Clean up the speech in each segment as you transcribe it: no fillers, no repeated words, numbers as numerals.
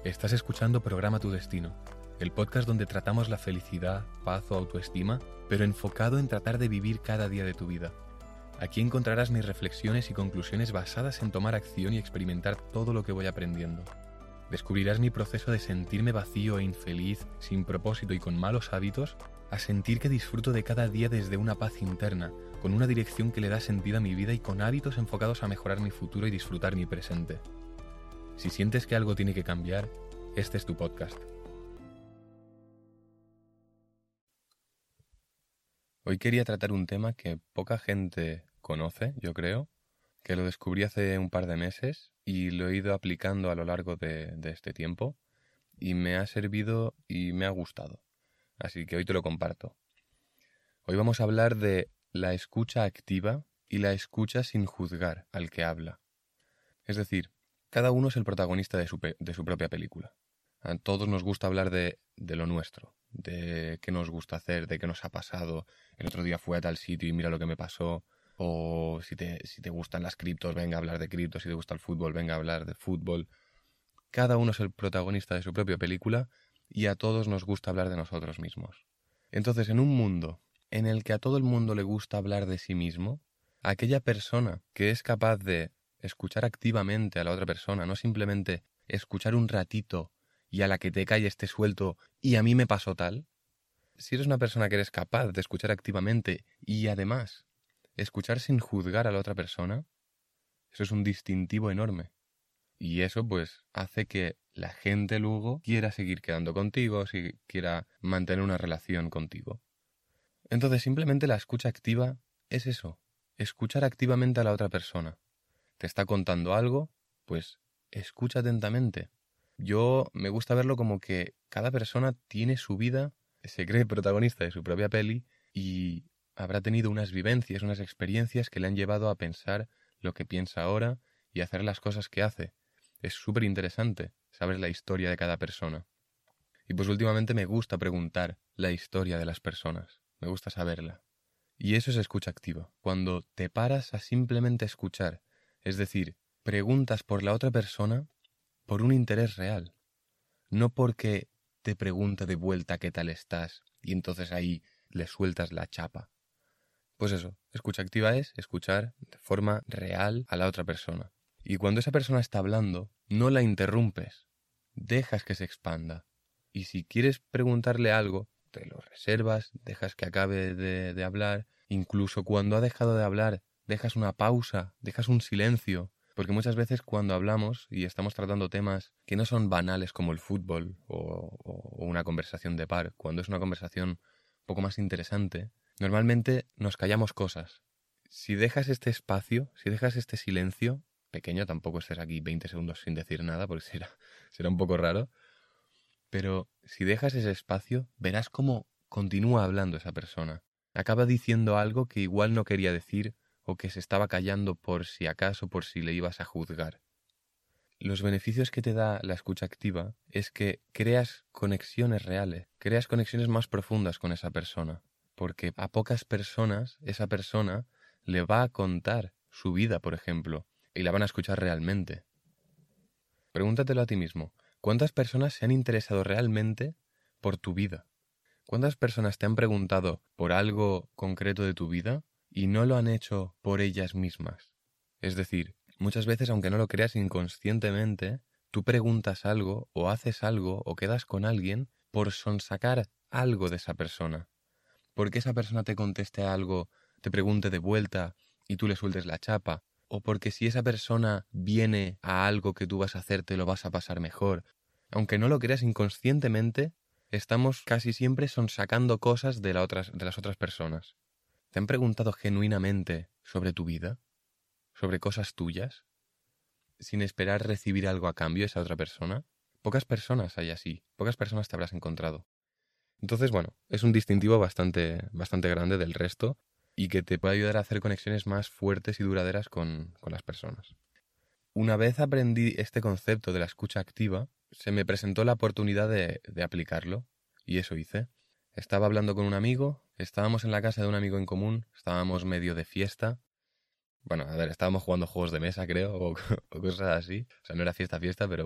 Estás escuchando Programa tu Destino, el podcast donde tratamos la felicidad, paz o autoestima, pero enfocado en tratar de vivir cada día de tu vida. Aquí encontrarás mis reflexiones y conclusiones basadas en tomar acción y experimentar todo lo que voy aprendiendo. Descubrirás mi proceso de sentirme vacío e infeliz, sin propósito y con malos hábitos, a sentir que disfruto de cada día desde una paz interna, con una dirección que le da sentido a mi vida y con hábitos enfocados a mejorar mi futuro y disfrutar mi presente. Si sientes que algo tiene que cambiar, este es tu podcast. Hoy quería tratar un tema que poca gente conoce, yo creo, que lo descubrí hace un par de meses y lo he ido aplicando a lo largo de este tiempo y me ha servido y me ha gustado. Así que hoy te lo comparto. Hoy vamos a hablar de la escucha activa y la escucha sin juzgar al que habla. Es decir, cada uno es el protagonista de su propia película. A todos nos gusta hablar de lo nuestro, de qué nos gusta hacer, de qué nos ha pasado. El otro día fui a tal sitio y mira lo que me pasó. O si te gustan las criptos, venga a hablar de criptos. Si te gusta el fútbol, venga a hablar de fútbol. Cada uno es el protagonista de su propia película y a todos nos gusta hablar de nosotros mismos. Entonces, en un mundo en el que a todo el mundo le gusta hablar de sí mismo, aquella persona que es capaz de escuchar activamente a la otra persona, no simplemente escuchar un ratito y a la que te calles te suelto y a mí me pasó tal. Si eres una persona que eres capaz de escuchar activamente y además escuchar sin juzgar a la otra persona, eso es un distintivo enorme. Y eso pues hace que la gente luego quiera seguir quedando contigo, si quiera mantener una relación contigo. Entonces simplemente la escucha activa es eso, escuchar activamente a la otra persona. Te está contando algo, pues escucha atentamente. Yo me gusta verlo como que cada persona tiene su vida, se cree protagonista de su propia peli y habrá tenido unas vivencias, unas experiencias que le han llevado a pensar lo que piensa ahora y hacer las cosas que hace. Es súper interesante saber la historia de cada persona. Y pues últimamente me gusta preguntar la historia de las personas. Me gusta saberla. Y eso es escucha activa. Cuando te paras a simplemente escuchar, es decir, preguntas por la otra persona por un interés real. No porque te pregunte de vuelta qué tal estás y entonces ahí le sueltas la chapa. Pues eso, escucha activa es escuchar de forma real a la otra persona. Y cuando esa persona está hablando, no la interrumpes, dejas que se expanda. Y si quieres preguntarle algo, te lo reservas, dejas que acabe de hablar. Incluso cuando ha dejado de hablar, dejas una pausa, dejas un silencio. Porque muchas veces cuando hablamos y estamos tratando temas que no son banales como el fútbol o una conversación de bar, cuando es una conversación un poco más interesante, normalmente nos callamos cosas. Si dejas este espacio, si dejas este silencio, pequeño, tampoco estés aquí 20 segundos sin decir nada porque será un poco raro, pero si dejas ese espacio, verás cómo continúa hablando esa persona. Acaba diciendo algo que igual no quería decir o que se estaba callando por si acaso, por si le ibas a juzgar. Los beneficios que te da la escucha activa es que creas conexiones reales, creas conexiones más profundas con esa persona, porque a pocas personas esa persona le va a contar su vida, por ejemplo, y la van a escuchar realmente. Pregúntatelo a ti mismo. ¿Cuántas personas se han interesado realmente por tu vida? ¿Cuántas personas te han preguntado por algo concreto de tu vida y no lo han hecho por ellas mismas? Es decir, muchas veces, aunque no lo creas inconscientemente, tú preguntas algo o haces algo o quedas con alguien por sonsacar algo de esa persona. Porque esa persona te conteste algo, te pregunte de vuelta y tú le sueltes la chapa. O porque si esa persona viene a algo que tú vas a hacer, te lo vas a pasar mejor. Aunque no lo creas inconscientemente, estamos casi siempre sonsacando cosas de las otras personas. ¿Te han preguntado genuinamente sobre tu vida? ¿Sobre cosas tuyas? ¿Sin esperar recibir algo a cambio esa otra persona? Pocas personas hay así, pocas personas te habrás encontrado. Entonces, bueno, es un distintivo bastante grande del resto y que te puede ayudar a hacer conexiones más fuertes y duraderas con las personas. Una vez aprendí este concepto de la escucha activa, se me presentó la oportunidad de aplicarlo y eso hice. Estaba hablando con un amigo, estábamos en la casa de un amigo en común, estábamos medio de fiesta. Bueno, a ver, estábamos jugando juegos de mesa, creo, o cosas así. O sea, no era fiesta, pero bueno.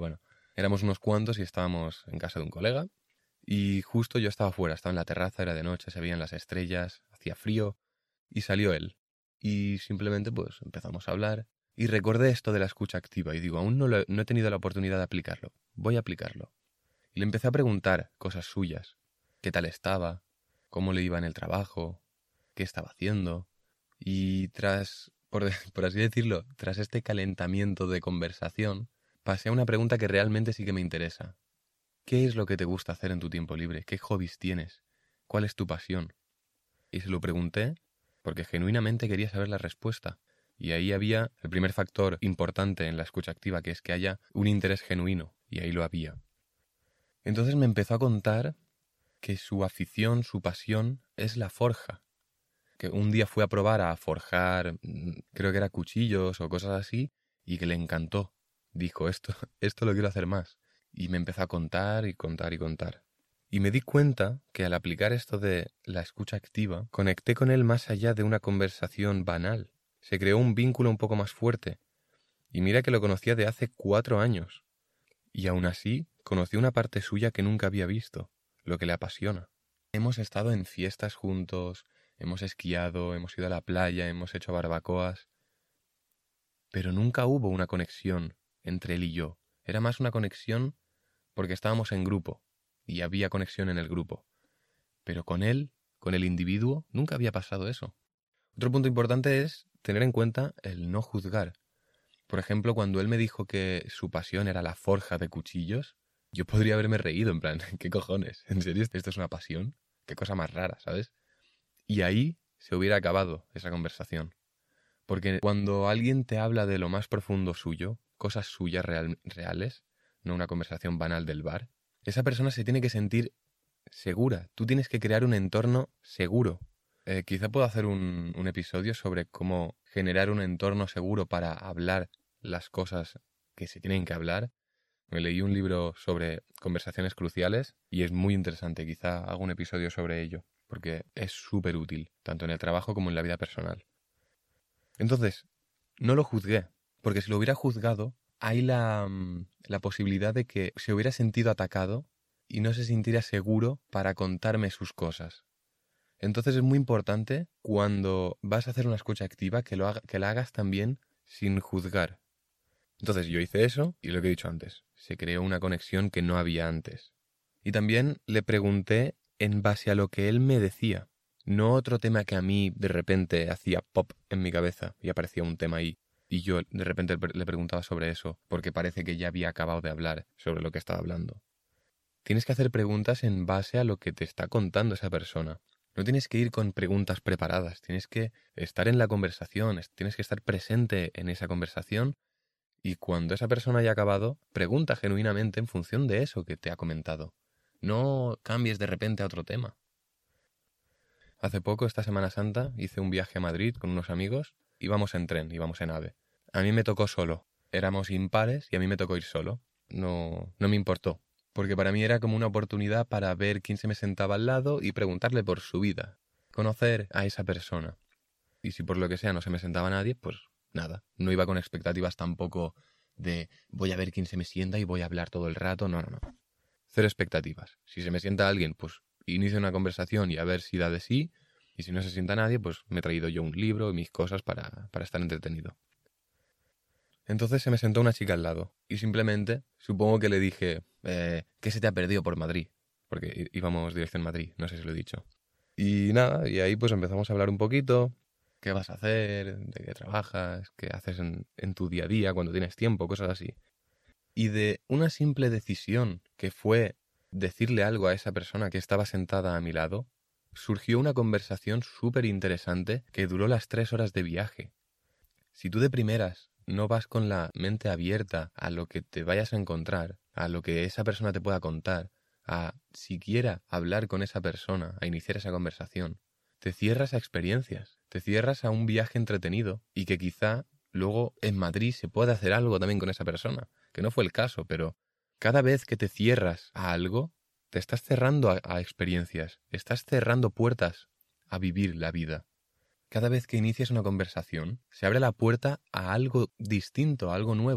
Éramos unos cuantos y estábamos en casa de un colega y justo yo estaba fuera, estaba en la terraza, era de noche, se veían las estrellas, hacía frío y salió él. Y simplemente pues empezamos a hablar y recordé esto de la escucha activa y digo, aún no he tenido la oportunidad de aplicarlo, voy a aplicarlo. Y le empecé a preguntar cosas suyas, qué tal estaba, cómo le iba en el trabajo, qué estaba haciendo. Y por así decirlo, tras este calentamiento de conversación, pasé a una pregunta que realmente sí que me interesa. ¿Qué es lo que te gusta hacer en tu tiempo libre? ¿Qué hobbies tienes? ¿Cuál es tu pasión? Y se lo pregunté porque genuinamente quería saber la respuesta. Y ahí había el primer factor importante en la escucha activa, que es que haya un interés genuino. Y ahí lo había. Entonces me empezó a contar que su afición, su pasión es la forja. Que un día fue a probar a forjar, creo que era cuchillos o cosas así, y que le encantó. Dijo, esto lo quiero hacer más. Y me empezó a contar y contar y contar. Y me di cuenta que al aplicar esto de la escucha activa, conecté con él más allá de una conversación banal. Se creó un vínculo un poco más fuerte. Y mira que lo conocía de hace 4 años. Y aún así, conocí una parte suya que nunca había visto, lo que le apasiona. Hemos estado en fiestas juntos, hemos esquiado, hemos ido a la playa, hemos hecho barbacoas, pero nunca hubo una conexión entre él y yo. Era más una conexión porque estábamos en grupo y había conexión en el grupo. Pero con él, con el individuo, nunca había pasado eso. Otro punto importante es tener en cuenta el no juzgar. Por ejemplo, cuando él me dijo que su pasión era la forja de cuchillos, yo podría haberme reído, en plan, ¿qué cojones? ¿En serio esto es una pasión? Qué cosa más rara, ¿sabes? Y ahí se hubiera acabado esa conversación. Porque cuando alguien te habla de lo más profundo suyo, cosas suyas reales, no una conversación banal del bar, esa persona se tiene que sentir segura. Tú tienes que crear un entorno seguro. Quizá puedo hacer un episodio sobre cómo generar un entorno seguro para hablar las cosas que se tienen que hablar. Me leí un libro sobre conversaciones cruciales y es muy interesante. Quizá haga un episodio sobre ello, porque es súper útil, tanto en el trabajo como en la vida personal. Entonces, no lo juzgué, porque si lo hubiera juzgado, hay la posibilidad de que se hubiera sentido atacado y no se sintiera seguro para contarme sus cosas. Entonces es muy importante cuando vas a hacer una escucha activa que la hagas también sin juzgar. Entonces yo hice eso y lo que he dicho antes, se creó una conexión que no había antes. Y también le pregunté en base a lo que él me decía, no otro tema que a mí de repente hacía pop en mi cabeza y aparecía un tema ahí. Y yo de repente le preguntaba sobre eso, porque parece que ya había acabado de hablar sobre lo que estaba hablando. Tienes que hacer preguntas en base a lo que te está contando esa persona. No tienes que ir con preguntas preparadas, tienes que estar en la conversación, tienes que estar presente en esa conversación y cuando esa persona haya acabado, pregunta genuinamente en función de eso que te ha comentado. No cambies de repente a otro tema. Hace poco, esta Semana Santa, hice un viaje a Madrid con unos amigos. Íbamos en tren, íbamos en AVE. A mí me tocó solo. Éramos impares y a mí me tocó ir solo. No me importó. Porque para mí era como una oportunidad para ver quién se me sentaba al lado y preguntarle por su vida. Conocer a esa persona. Y si por lo que sea no se me sentaba nadie, pues nada. No iba con expectativas tampoco de voy a ver quién se me sienta y voy a hablar todo el rato. No. Cero expectativas. Si se me sienta alguien, pues inicio una conversación y a ver si da de sí. Y si no se sienta nadie, pues me he traído yo un libro y mis cosas para estar entretenido. Entonces se me sentó una chica al lado y simplemente supongo que le dije, ¿qué se te ha perdido por Madrid? Porque íbamos dirección Madrid, no sé si lo he dicho. Y nada, y ahí pues empezamos a hablar un poquito, qué vas a hacer, de qué trabajas, qué haces en tu día a día, cuando tienes tiempo, cosas así. Y de una simple decisión que fue decirle algo a esa persona que estaba sentada a mi lado, surgió una conversación súper interesante que duró las 3 horas de viaje. Si tú de primeras no vas con la mente abierta a lo que te vayas a encontrar, a lo que esa persona te pueda contar, a siquiera hablar con esa persona, a iniciar esa conversación, te cierras a experiencias, te cierras a un viaje entretenido y que quizá luego en Madrid se pueda hacer algo también con esa persona, que no fue el caso, pero cada vez que te cierras a algo, te estás cerrando a experiencias, estás cerrando puertas a vivir la vida. Cada vez que inicias una conversación, se abre la puerta a algo distinto, a algo nuevo,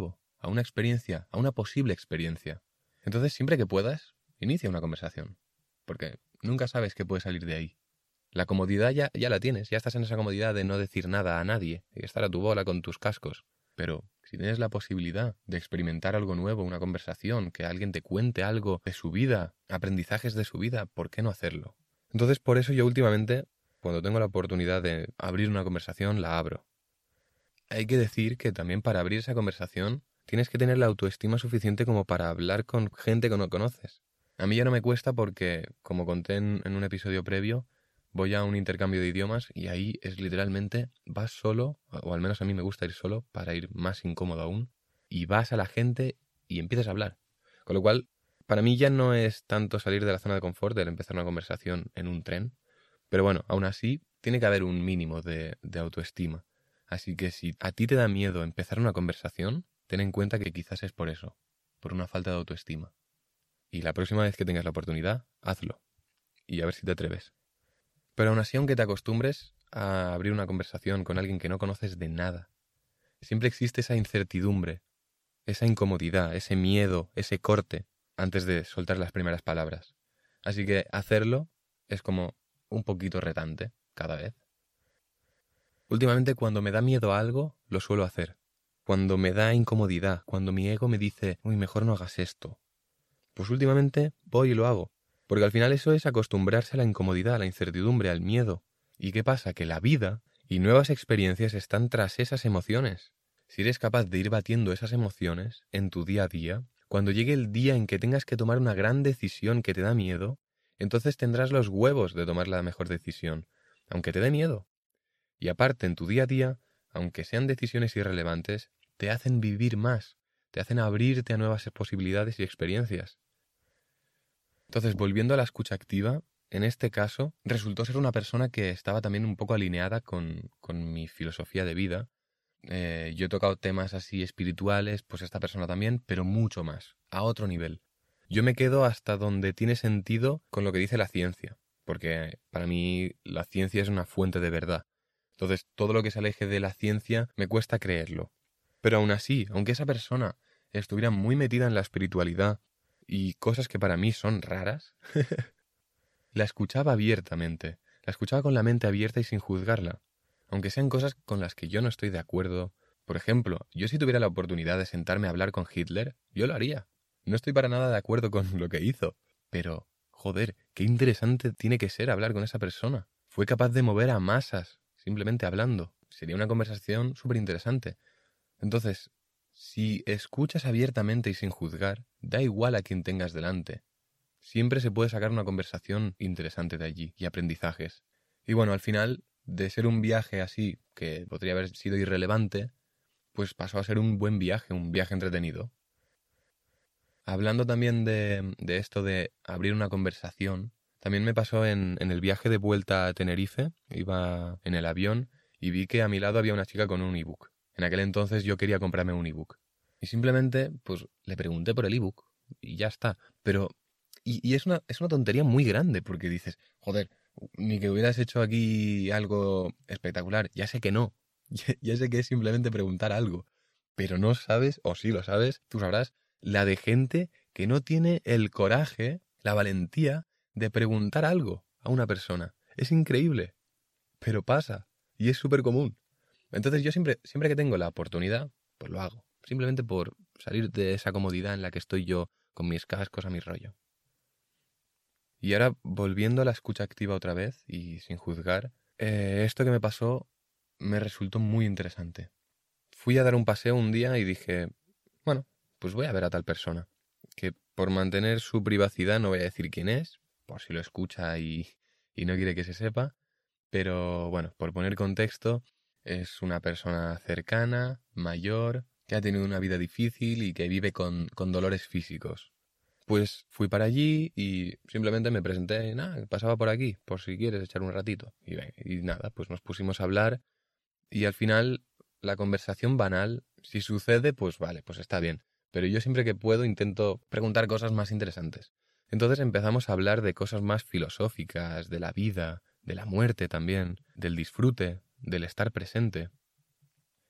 a una experiencia, a una posible experiencia. Entonces, siempre que puedas, inicia una conversación, porque nunca sabes qué puede salir de ahí. La comodidad ya la tienes, ya estás en esa comodidad de no decir nada a nadie, de estar a tu bola con tus cascos. Pero si tienes la posibilidad de experimentar algo nuevo, una conversación, que alguien te cuente algo de su vida, aprendizajes de su vida, ¿por qué no hacerlo? Entonces, por eso yo últimamente, cuando tengo la oportunidad de abrir una conversación, la abro. Hay que decir que también para abrir esa conversación tienes que tener la autoestima suficiente como para hablar con gente que no conoces. A mí ya no me cuesta porque, como conté en un episodio previo, voy a un intercambio de idiomas y ahí es literalmente, vas solo, o al menos a mí me gusta ir solo para ir más incómodo aún, y vas a la gente y empiezas a hablar. Con lo cual, para mí ya no es tanto salir de la zona de confort el empezar una conversación en un tren, pero bueno, aún así tiene que haber un mínimo de autoestima. Así que si a ti te da miedo empezar una conversación, ten en cuenta que quizás es por eso, por una falta de autoestima. Y la próxima vez que tengas la oportunidad, hazlo. Y a ver si te atreves. Pero aún así, aunque te acostumbres a abrir una conversación con alguien que no conoces de nada, siempre existe esa incertidumbre, esa incomodidad, ese miedo, ese corte, antes de soltar las primeras palabras. Así que hacerlo es como un poquito retante cada vez. Últimamente, cuando me da miedo a algo, lo suelo hacer. Cuando me da incomodidad, cuando mi ego me dice, uy, mejor no hagas esto, pues últimamente voy y lo hago. Porque al final eso es acostumbrarse a la incomodidad, a la incertidumbre, al miedo. ¿Y qué pasa? Que la vida y nuevas experiencias están tras esas emociones. Si eres capaz de ir batiendo esas emociones en tu día a día, cuando llegue el día en que tengas que tomar una gran decisión que te da miedo, entonces tendrás los huevos de tomar la mejor decisión, aunque te dé miedo. Y aparte, en tu día a día, aunque sean decisiones irrelevantes, te hacen vivir más, te hacen abrirte a nuevas posibilidades y experiencias. Entonces, volviendo a la escucha activa, en este caso, resultó ser una persona que estaba también un poco alineada con mi filosofía de vida. Yo he tocado temas así espirituales, pues esta persona también, pero mucho más, a otro nivel. Yo me quedo hasta donde tiene sentido con lo que dice la ciencia, porque para mí la ciencia es una fuente de verdad. Entonces, todo lo que se aleje de la ciencia me cuesta creerlo. Pero aún así, aunque esa persona estuviera muy metida en la espiritualidad y cosas que para mí son raras, la escuchaba abiertamente, la escuchaba con la mente abierta y sin juzgarla, aunque sean cosas con las que yo no estoy de acuerdo. Por ejemplo, yo si tuviera la oportunidad de sentarme a hablar con Hitler, yo lo haría. No estoy para nada de acuerdo con lo que hizo, pero, joder, qué interesante tiene que ser hablar con esa persona. Fue capaz de mover a masas, simplemente hablando. Sería una conversación súper interesante. Entonces, si escuchas abiertamente y sin juzgar, da igual a quien tengas delante. Siempre se puede sacar una conversación interesante de allí y aprendizajes. Y bueno, al final, de ser un viaje así, que podría haber sido irrelevante, pues pasó a ser un buen viaje, un viaje entretenido. Hablando también de esto de abrir una conversación, también me pasó en el viaje de vuelta a Tenerife, iba en el avión y vi que a mi lado había una chica con un ebook. En aquel entonces yo quería comprarme un ebook. Y simplemente, pues, le pregunté por el ebook y ya está. Pero, y es una tontería muy grande porque dices, joder, ni que hubieras hecho aquí algo espectacular. Ya sé que no. Ya sé que es simplemente preguntar algo. Pero no sabes, o sí lo sabes, tú sabrás, la de gente que no tiene el coraje, la valentía de preguntar algo a una persona. Es increíble, pero pasa y es súper común. Entonces yo siempre que tengo la oportunidad, pues lo hago. Simplemente por salir de esa comodidad en la que estoy yo con mis cascos a mi rollo. Y ahora, volviendo a la escucha activa otra vez y sin juzgar, esto que me pasó me resultó muy interesante. Fui a dar un paseo un día y dije, bueno, pues voy a ver a tal persona, que por mantener su privacidad no voy a decir quién es, por si lo escucha y no quiere que se sepa, pero bueno, por poner contexto, es una persona cercana, mayor, que ha tenido una vida difícil y que vive con dolores físicos. Pues fui para allí y simplemente me presenté, nada, pasaba por aquí, por si quieres echar un ratito. Y nada, pues nos pusimos a hablar y al final la conversación banal, si sucede, pues vale, pues está bien. Pero yo siempre que puedo intento preguntar cosas más interesantes. Entonces empezamos a hablar de cosas más filosóficas, de la vida, de la muerte también, del disfrute, del estar presente.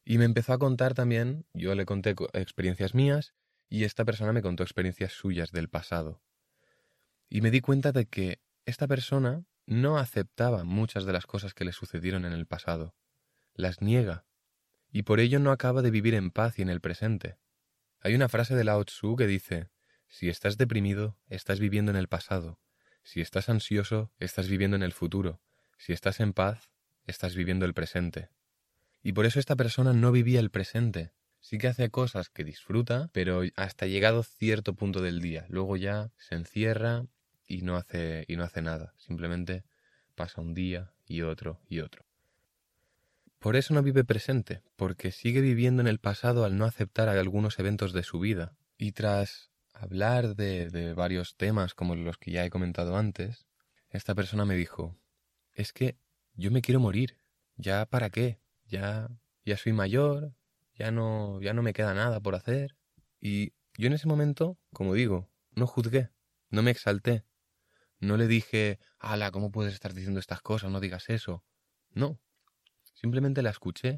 Y me empezó a contar también, yo le conté experiencias mías y esta persona me contó experiencias suyas del pasado. Y me di cuenta de que esta persona no aceptaba muchas de las cosas que le sucedieron en el pasado. Las niega. Y por ello no acaba de vivir en paz y en el presente. Hay una frase de Lao Tzu que dice: si estás deprimido, estás viviendo en el pasado. Si estás ansioso, estás viviendo en el futuro. Si estás en paz, estás viviendo el presente. Y por eso esta persona no vivía el presente. Sí que hace cosas que disfruta, pero hasta llegado cierto punto del día. Luego ya se encierra y no hace nada. Simplemente pasa un día y otro y otro. Por eso no vive presente, porque sigue viviendo en el pasado al no aceptar algunos eventos de su vida. Y tras hablar de varios temas como los que ya he comentado antes, esta persona me dijo: es que yo me quiero morir. ¿Ya para qué? Ya soy mayor, ya no me queda nada por hacer. Y yo en ese momento, como digo, no juzgué, no me exalté. No le dije: ¡hala, cómo puedes estar diciendo estas cosas, no digas eso! No. Simplemente la escuché,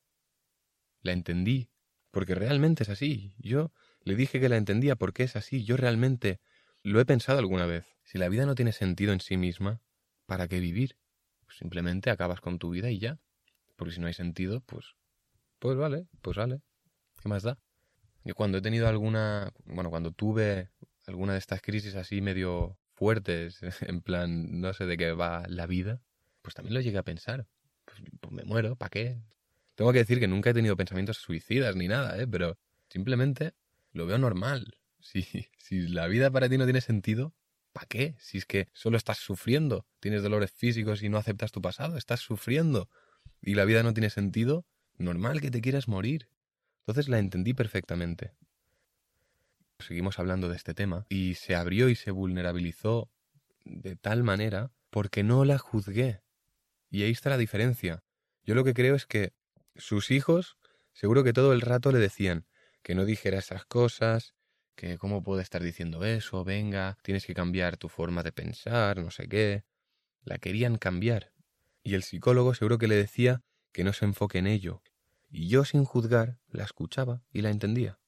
la entendí, porque realmente es así. Yo le dije que la entendía porque es así. Yo realmente lo he pensado alguna vez. Si la vida no tiene sentido en sí misma, ¿para qué vivir? Pues simplemente acabas con tu vida y ya. Porque si no hay sentido, pues vale. ¿Qué más da? Yo cuando he tenido cuando tuve alguna de estas crisis así medio fuertes, en plan, no sé de qué va la vida, pues también lo llegué a pensar. Pues me muero, ¿para qué? Tengo que decir que nunca he tenido pensamientos suicidas ni nada, pero simplemente lo veo normal. Si la vida para ti no tiene sentido, ¿para qué? Si es que solo estás sufriendo, tienes dolores físicos y no aceptas tu pasado, estás sufriendo y la vida no tiene sentido, normal que te quieras morir. Entonces la entendí perfectamente. Seguimos hablando de este tema y se abrió y se vulnerabilizó de tal manera porque no la juzgué. Y ahí está la diferencia. Yo lo que creo es que sus hijos seguro que todo el rato le decían que no dijera esas cosas, que cómo puede estar diciendo eso, venga, tienes que cambiar tu forma de pensar, no sé qué. La querían cambiar. Y el psicólogo seguro que le decía que no se enfoque en ello. Y yo sin juzgar la escuchaba y la entendía.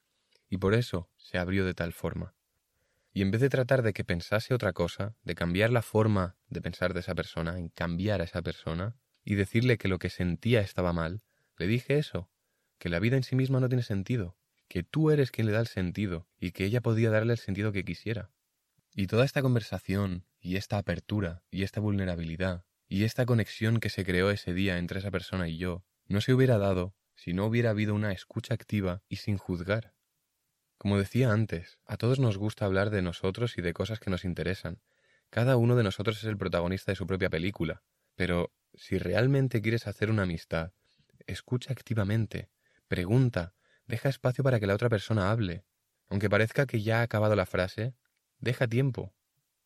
Y por eso se abrió de tal forma. Y en vez de tratar de que pensase otra cosa, de cambiar la forma de pensar de esa persona, en cambiar a esa persona, y decirle que lo que sentía estaba mal, le dije eso, que la vida en sí misma no tiene sentido, que tú eres quien le da el sentido, y que ella podía darle el sentido que quisiera. Y toda esta conversación, y esta apertura, y esta vulnerabilidad, y esta conexión que se creó ese día entre esa persona y yo, no se hubiera dado si no hubiera habido una escucha activa y sin juzgar. Como decía antes, a todos nos gusta hablar de nosotros y de cosas que nos interesan. Cada uno de nosotros es el protagonista de su propia película. Pero si realmente quieres hacer una amistad, escucha activamente, pregunta, deja espacio para que la otra persona hable. Aunque parezca que ya ha acabado la frase, deja tiempo.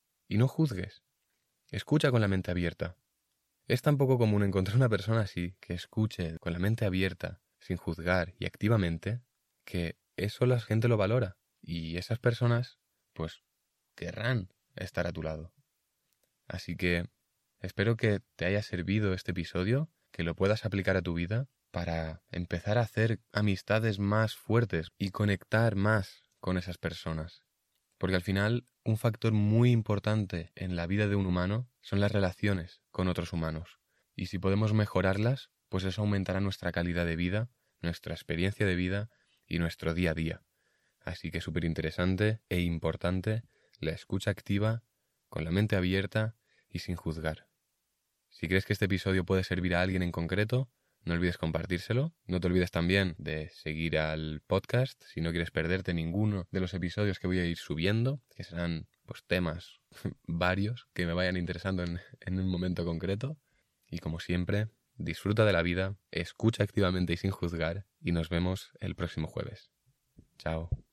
Y no juzgues. Escucha con la mente abierta. Es tan poco común encontrar una persona así, que escuche con la mente abierta, sin juzgar y activamente, que eso la gente lo valora. Y esas personas, pues, querrán estar a tu lado. Así que espero que te haya servido este episodio, que lo puedas aplicar a tu vida para empezar a hacer amistades más fuertes y conectar más con esas personas. Porque al final, un factor muy importante en la vida de un humano son las relaciones con otros humanos. Y si podemos mejorarlas, pues eso aumentará nuestra calidad de vida, nuestra experiencia de vida y nuestro día a día. Así que súper interesante e importante la escucha activa, con la mente abierta y sin juzgar. Si crees que este episodio puede servir a alguien en concreto, no olvides compartírselo. No te olvides también de seguir al podcast si no quieres perderte ninguno de los episodios que voy a ir subiendo, que serán pues temas varios que me vayan interesando en un momento concreto. Y como siempre, disfruta de la vida, escucha activamente y sin juzgar, y nos vemos el próximo jueves. Chao.